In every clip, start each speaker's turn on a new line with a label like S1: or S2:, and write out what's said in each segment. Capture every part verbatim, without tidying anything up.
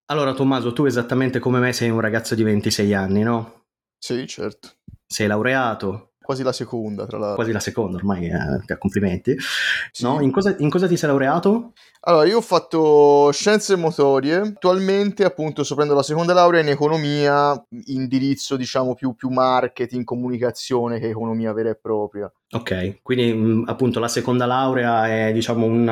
S1: Allora Tommaso, tu esattamente come me sei un ragazzo di ventisei anni, no?
S2: Sì, certo.
S1: Sei laureato,
S2: Quasi la seconda, tra l'altro.
S1: quasi la seconda ormai, eh, complimenti. No?
S2: Sì.
S1: In cosa, in cosa ti sei laureato?
S2: Allora, io ho fatto scienze motorie. Attualmente, appunto, sto prendendo la seconda laurea in economia, indirizzo, diciamo, più, più marketing, comunicazione che economia vera e propria.
S1: Ok, quindi mh, appunto la seconda laurea è diciamo un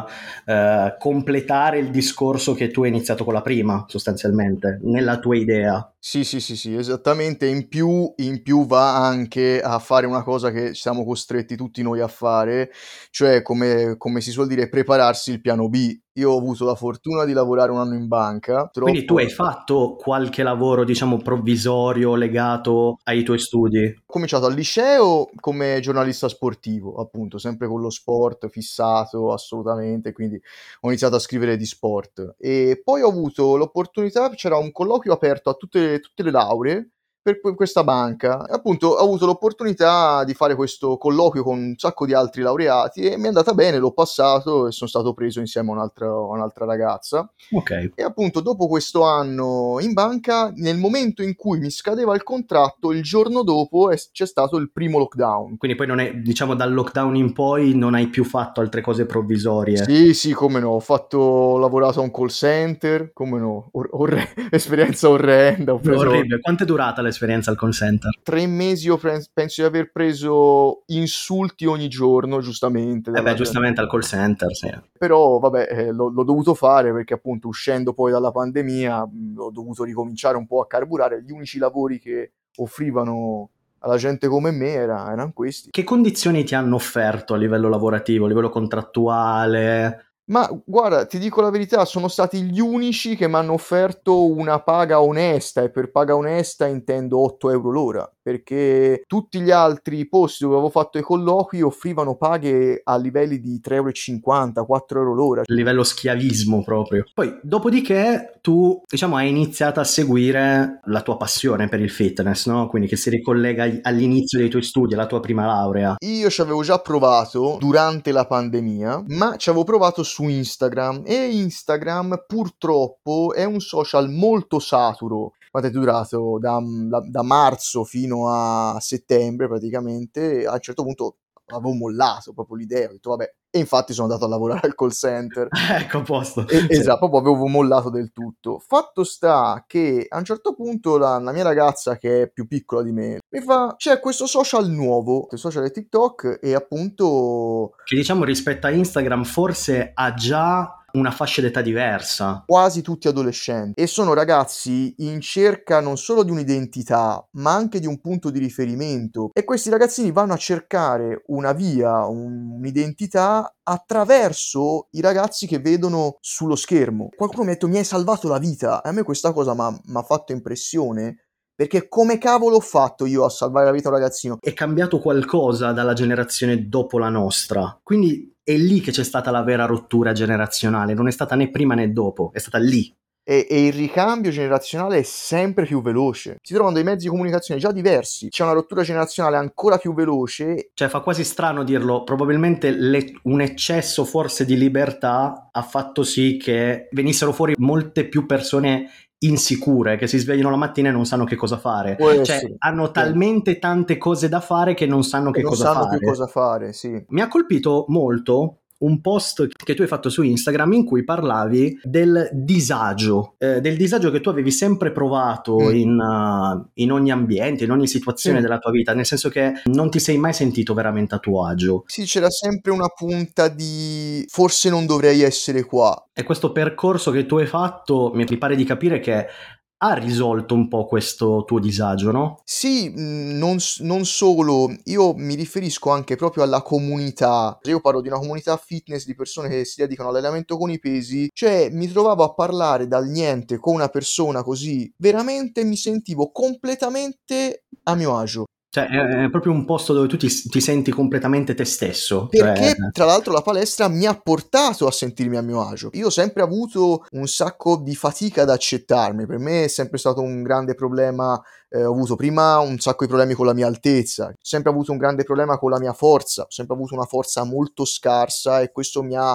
S1: eh, completare il discorso che tu hai iniziato con la prima, sostanzialmente, nella tua idea.
S2: Sì, sì, sì, sì, esattamente. In più, in più va anche a fare una cosa che siamo costretti tutti noi a fare, cioè, come, come si suol dire, prepararsi il piano B. Io ho avuto la fortuna di lavorare un anno in banca,
S1: Quindi tu
S2: troppo.
S1: hai fatto qualche lavoro, diciamo, provvisorio legato ai tuoi studi?
S2: Ho cominciato al liceo come giornalista sportivo, appunto, sempre con lo sport fissato assolutamente, quindi ho iniziato a scrivere di sport. E poi ho avuto l'opportunità, c'era un colloquio aperto a tutte, tutte le lauree per que- questa banca. E appunto ho avuto l'opportunità di fare questo colloquio con un sacco di altri laureati e mi è andata bene, l'ho passato e sono stato preso insieme a un'altra, a un'altra ragazza.
S1: Ok.
S2: E appunto dopo questo anno in banca, nel momento in cui mi scadeva il contratto, il giorno dopo è- c'è stato il primo lockdown.
S1: Quindi poi non è, diciamo, dal lockdown in poi non hai più fatto altre cose provvisorie.
S2: Sì, sì, come no, ho fatto, ho lavorato a un call center, come no, or- orre- esperienza orrenda, ho preso
S1: Orribile. Quanto è durata l'esperienza al call center?
S2: tre mesi, io pre- penso di aver preso insulti ogni giorno, giustamente,
S1: Eh beh,
S2: dalla gente.
S1: giustamente al call center, sì.
S2: Però vabbè, eh, l'ho, l'ho dovuto fare perché appunto uscendo poi dalla pandemia mh, ho dovuto ricominciare un po' a carburare. Gli unici lavori che offrivano alla gente come me era- erano questi.
S1: Che condizioni ti hanno offerto a livello lavorativo, a livello contrattuale?
S2: Ma guarda, ti dico la verità, sono stati gli unici che mi hanno offerto una paga onesta, e per paga onesta intendo otto euro l'ora, perché tutti gli altri posti dove avevo fatto i colloqui offrivano paghe a livelli di tre euro e cinquanta, quattro euro l'ora.
S1: Livello schiavismo proprio. Poi, dopodiché, tu, diciamo, hai iniziato a seguire la tua passione per il fitness, no? Quindi che si ricollega ai- all'inizio dei tuoi studi, alla tua prima laurea.
S2: Io ci avevo già provato durante la pandemia, ma ci avevo provato su Instagram e Instagram purtroppo è un social molto saturo. Quanto è durato? Da, da- da marzo fino a settembre praticamente. A un certo punto avevo mollato proprio l'idea, ho detto vabbè, e infatti sono andato a lavorare al call center.
S1: Ecco, a posto.
S2: E-
S1: Sì.
S2: esatto, proprio avevo mollato del tutto. Fatto sta che a un certo punto la, la mia ragazza, che è più piccola di me, mi fa: c'è questo social nuovo, il social è TikTok, e appunto
S1: Che diciamo rispetto a Instagram forse ha già una fascia d'età diversa.
S2: quasi tutti adolescenti, e sono ragazzi in cerca non solo di un'identità, ma anche di un punto di riferimento, e questi ragazzini vanno a cercare una via, un- un'identità attraverso i ragazzi che vedono sullo schermo. Qualcuno mi ha detto: mi hai salvato la vita, e a me questa cosa mi ha fatto impressione, perché come cavolo ho fatto io a salvare la vita a un ragazzino?
S1: È cambiato qualcosa dalla generazione dopo la nostra. Quindi è lì che c'è stata la vera rottura generazionale, non è stata né prima né dopo, è stata lì.
S2: E, e il ricambio generazionale è sempre più veloce. Si trovano dei mezzi di comunicazione già diversi, c'è una rottura generazionale ancora più veloce.
S1: Cioè fa quasi strano dirlo, probabilmente le- un eccesso forse di libertà ha fatto sì che venissero fuori molte più persone insicure, che si svegliano la mattina e non sanno che cosa fare.
S2: Può
S1: Cioè
S2: essere,
S1: hanno
S2: sì,
S1: talmente tante cose da fare che non sanno
S2: e
S1: che
S2: non
S1: cosa
S2: sanno più
S1: fare.
S2: cosa fare, sì.
S1: Mi ha colpito molto un post che tu hai fatto su Instagram in cui parlavi del disagio, eh, del disagio che tu avevi sempre provato
S2: Mm,
S1: in, uh, in ogni ambiente, in ogni situazione
S2: sì.
S1: della tua vita, nel senso che non ti sei mai sentito veramente a tuo agio.
S2: Sì, c'era sempre una punta di forse non dovrei essere qua.
S1: E questo percorso che tu hai fatto mi mi pare di capire che ha risolto un po' questo tuo disagio, no?
S2: Sì, mhmm, non s non solo, io mi riferisco anche proprio alla comunità. Io parlo di una comunità fitness di persone che si dedicano all'allenamento con i pesi, cioè mi trovavo a parlare dal niente con una persona così, veramente mi sentivo completamente a mio agio.
S1: Cioè è, è proprio un posto dove tu ti, ti senti completamente te stesso, cioè
S2: Perché tra l'altro la palestra mi ha portato a sentirmi a mio agio. Io ho sempre avuto un sacco di fatica ad accettarmi, per me è sempre stato un grande problema, ehm, ho avuto prima un sacco di problemi con la mia altezza, ho sempre avuto un grande problema con la mia forza, ho sempre avuto una forza molto scarsa, e questo mi ha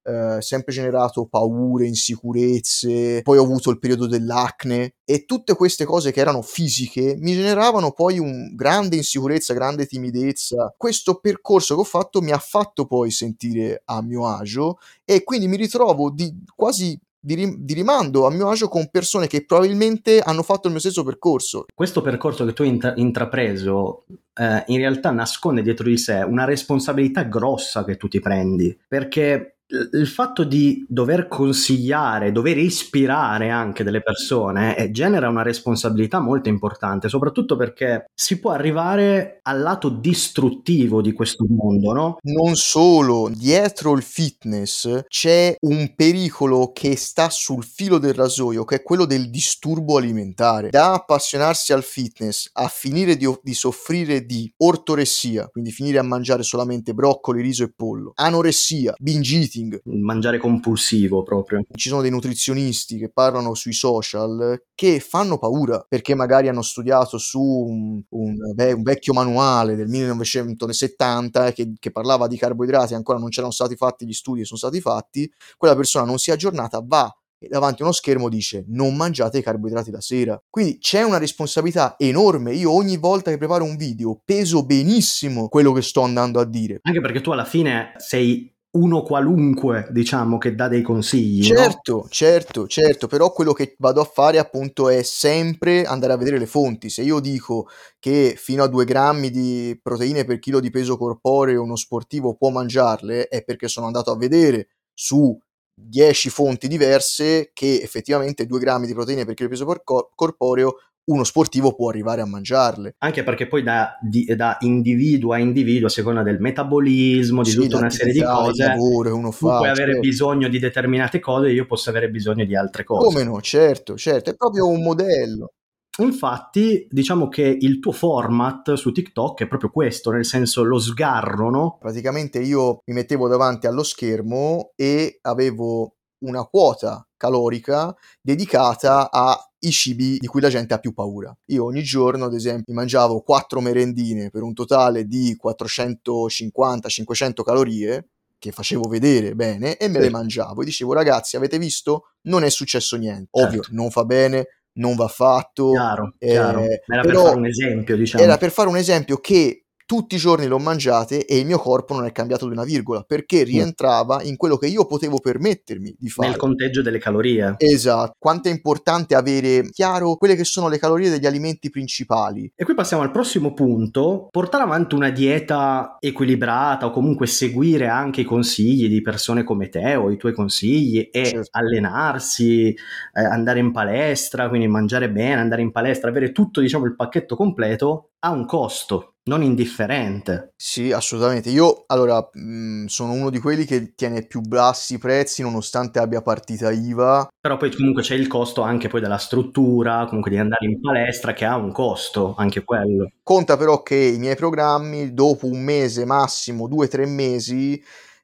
S2: eh, sempre generato paure, insicurezze, poi ho avuto il periodo dell'acne e tutte queste cose che erano fisiche mi generavano poi un grande insicurezza, grande timidezza. Questo percorso che ho fatto mi ha fatto poi sentire a mio agio e quindi mi ritrovo di quasi di, rim- di rimando a mio agio con persone che probabilmente hanno fatto il mio stesso percorso.
S1: Questo percorso che tu hai intra- intrapreso eh, in realtà nasconde dietro di sé una responsabilità grossa che tu ti prendi, perché il fatto di dover consigliare, dover ispirare anche delle persone eh, genera una responsabilità molto importante, soprattutto perché si può arrivare al lato distruttivo di questo mondo, no?
S2: Non solo, dietro il fitness c'è un pericolo che sta sul filo del rasoio, che è quello del disturbo alimentare. Da appassionarsi al fitness a finire di, di soffrire di ortoressia, quindi finire a mangiare solamente broccoli, riso e pollo, anoressia, binge eating.
S1: Il mangiare compulsivo proprio.
S2: Ci sono dei nutrizionisti che parlano sui social che fanno paura perché magari hanno studiato su un, un, beh, un vecchio manuale del millenovecentosettanta che, che parlava di carboidrati, ancora non c'erano stati fatti gli studi che sono stati fatti, quella persona non si è aggiornata, va e davanti a uno schermo dice non mangiate i carboidrati la sera. Quindi c'è una responsabilità enorme. Io ogni volta che preparo un video peso benissimo quello che sto andando a dire.
S1: Anche perché tu alla fine sei uno qualunque, diciamo, che dà dei consigli,
S2: certo,
S1: no?
S2: certo, certo, però quello che vado a fare appunto è sempre andare a vedere le fonti. Se io dico che fino a due grammi di proteine per chilo di peso corporeo uno sportivo può mangiarle, è perché sono andato a vedere su dieci fonti diverse che effettivamente due grammi di proteine per chilo di peso corpo- corporeo uno sportivo può arrivare a mangiarle.
S1: Anche perché poi da, di, da individuo a individuo, a seconda del metabolismo, di
S2: Sì,
S1: tutta una serie di
S2: l'attività, il
S1: cose,
S2: lavoro che uno
S1: tu
S2: fa,
S1: puoi avere
S2: certo.
S1: bisogno di determinate cose e io posso avere bisogno di altre cose.
S2: Come no, certo, certo, è proprio un modello.
S1: Infatti, diciamo che il tuo format su TikTok è proprio questo, nel senso lo sgarro, no?
S2: Praticamente io mi mettevo davanti allo schermo e avevo una quota calorica dedicata ai cibi di cui la gente ha più paura. Io ogni giorno, ad esempio, mi mangiavo quattro merendine per un totale di quattrocentocinquanta cinquecento calorie che facevo vedere bene e me le
S1: Sì.
S2: mangiavo e dicevo ragazzi avete visto? Non è successo niente. Ovvio,
S1: Certo.
S2: non fa bene, non va fatto,
S1: Chiaro, chiaro.
S2: eh,
S1: Era per
S2: però
S1: fare un esempio, diciamo.
S2: era per fare un esempio che tutti i giorni l'ho mangiate e il mio corpo non è cambiato di una virgola, perché
S1: Mm.
S2: rientrava in quello che io potevo permettermi di
S1: Nel
S2: fare.
S1: conteggio delle calorie.
S2: Esatto, quanto è importante avere chiaro quelle che sono le calorie degli alimenti principali.
S1: E qui passiamo al prossimo punto, portare avanti una dieta equilibrata o comunque seguire anche i consigli di persone come te o i tuoi consigli e
S2: Certo.
S1: allenarsi, eh, andare in palestra, quindi mangiare bene, andare in palestra, avere tutto, diciamo, il pacchetto completo, ha un costo non indifferente.
S2: Sì, assolutamente. Io allora mh, sono uno di quelli che tiene più bassi i prezzi nonostante abbia partita I V A.
S1: Però poi comunque c'è il costo anche poi della struttura, comunque di andare in palestra che ha un costo, anche quello.
S2: Conta però che i miei programmi dopo un mese, massimo due tre mesi,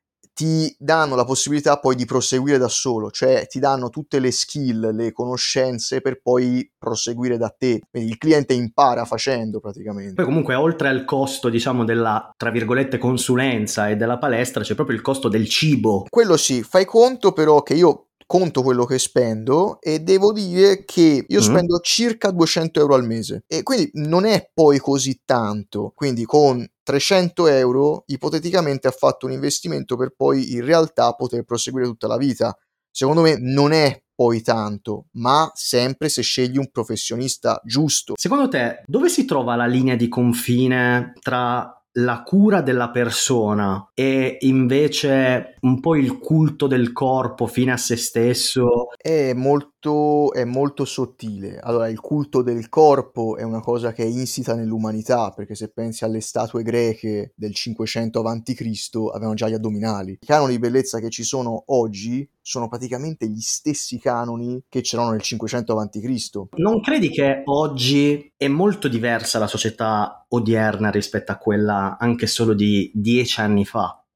S2: ti danno la possibilità poi di proseguire da solo, cioè ti danno tutte le skill, le conoscenze per poi proseguire da te. Quindi il cliente impara facendo praticamente.
S1: Poi comunque oltre al costo, diciamo, della, tra virgolette, consulenza e della palestra, c'è proprio il costo del cibo.
S2: Quello sì, fai conto però che io conto quello che spendo e devo dire che io
S1: Mm.
S2: spendo circa duecento euro al mese e quindi non è poi così tanto, quindi con trecento euro ipoteticamente ha fatto un investimento per poi in realtà poter proseguire tutta la vita. Secondo me non è poi tanto, ma sempre se scegli un professionista giusto.
S1: Secondo te, dove si trova la linea di confine tra la cura della persona e invece un po' il culto del corpo fine a se stesso?
S2: È molto, è molto sottile. Allora, il culto del corpo è una cosa che è insita nell'umanità, perché se pensi alle statue greche del cinquecento avanti Cristo avevano già gli addominali. I canoni di bellezza che ci sono oggi sono praticamente gli stessi canoni che c'erano nel cinquecento avanti Cristo.
S1: Non credi che oggi è molto diversa la società odierna rispetto a quella anche solo di dieci anni fa?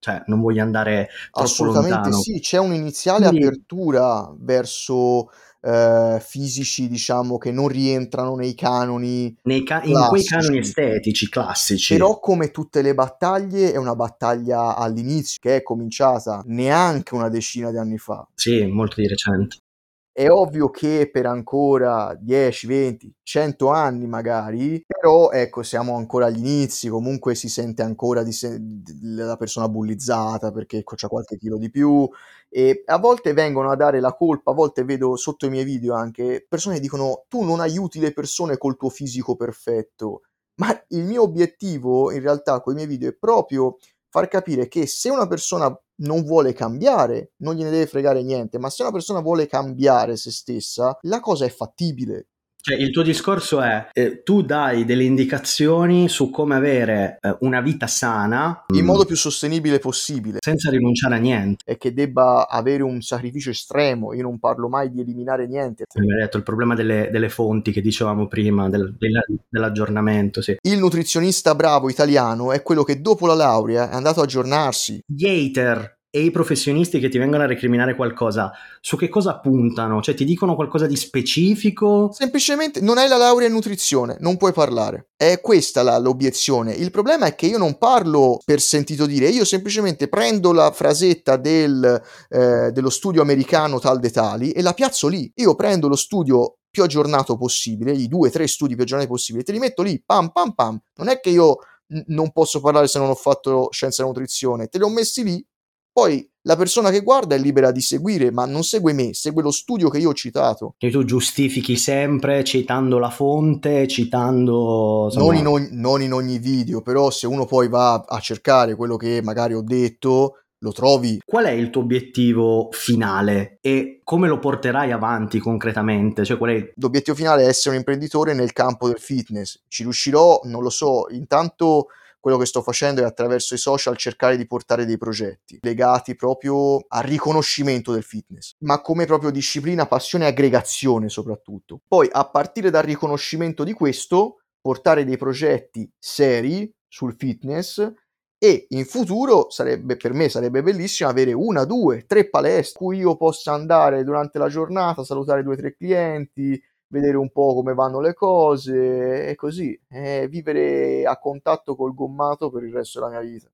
S1: cioè non voglio andare troppo
S2: Assolutamente
S1: lontano.
S2: sì, c'è un'iniziale
S1: Quindi
S2: apertura verso eh, fisici, diciamo, che non rientrano nei canoni
S1: nei ca- in quei canoni
S2: classici.
S1: estetici classici,
S2: Però come tutte le battaglie è una battaglia all'inizio che è cominciata neanche una decina di anni fa.
S1: sì, molto di recente.
S2: È ovvio che per ancora dieci, venti, cento anni magari, però ecco siamo ancora agli inizi, comunque si sente ancora di se d la persona bullizzata perché ecco c'ha qualche chilo di più, e a volte vengono a dare la colpa, a volte vedo sotto i miei video anche persone che dicono: "Tu non aiuti le persone col tuo fisico perfetto". Ma il mio obiettivo in realtà coi miei video è proprio far capire che se una persona non vuole cambiare, non gliene deve fregare niente, ma se una persona vuole cambiare se stessa, la cosa è fattibile.
S1: Cioè, il tuo discorso è, eh, tu dai delle indicazioni su come avere eh, una vita sana,
S2: In
S1: mh,
S2: modo più sostenibile possibile.
S1: senza rinunciare a niente.
S2: E che debba avere un sacrificio estremo, io non parlo mai di eliminare niente.
S1: Come hai detto, il problema delle, delle fonti che dicevamo prima, del- della- dell'aggiornamento, sì.
S2: Il nutrizionista bravo italiano è quello che dopo la laurea è andato a aggiornarsi.
S1: Gli hater e i professionisti che ti vengono a recriminare qualcosa, su che cosa puntano? Cioè, ti dicono qualcosa di specifico?
S2: Semplicemente non hai la laurea in nutrizione, non puoi parlare. È questa la l'obiezione. Il problema è che io non parlo per sentito dire, io semplicemente prendo la frasetta del, ehm, dello studio americano tal dei tali e la piazzo lì. Io prendo lo studio più aggiornato possibile, i due, tre studi più aggiornati possibili, te li metto lì, pam, pam, pam. Non è che io n non posso parlare se non ho fatto scienza della nutrizione, te li ho messi lì, poi la persona che guarda è libera di seguire, ma non segue me, segue lo studio che io ho citato.
S1: Che tu giustifichi sempre citando la fonte, citando,
S2: Non in
S1: insomma,
S2: ogn non in ogni video, però se uno poi va a cercare quello che magari ho detto, lo trovi.
S1: qual è il tuo obiettivo finale e come lo porterai avanti concretamente? Cioè, qual è...
S2: L'obiettivo finale è essere un imprenditore nel campo del fitness. Ci riuscirò? Non lo so. Intanto quello che sto facendo è attraverso i social cercare di portare dei progetti legati proprio al riconoscimento del fitness, ma come proprio disciplina, passione e aggregazione soprattutto. Poi a partire dal riconoscimento di questo, portare dei progetti seri sul fitness e in futuro sarebbe per me sarebbe bellissimo avere una, due, tre palestre cui io possa andare durante la giornata, salutare due, tre clienti, vedere un po' come vanno le cose e così, e vivere a contatto col gommato per il resto della mia vita.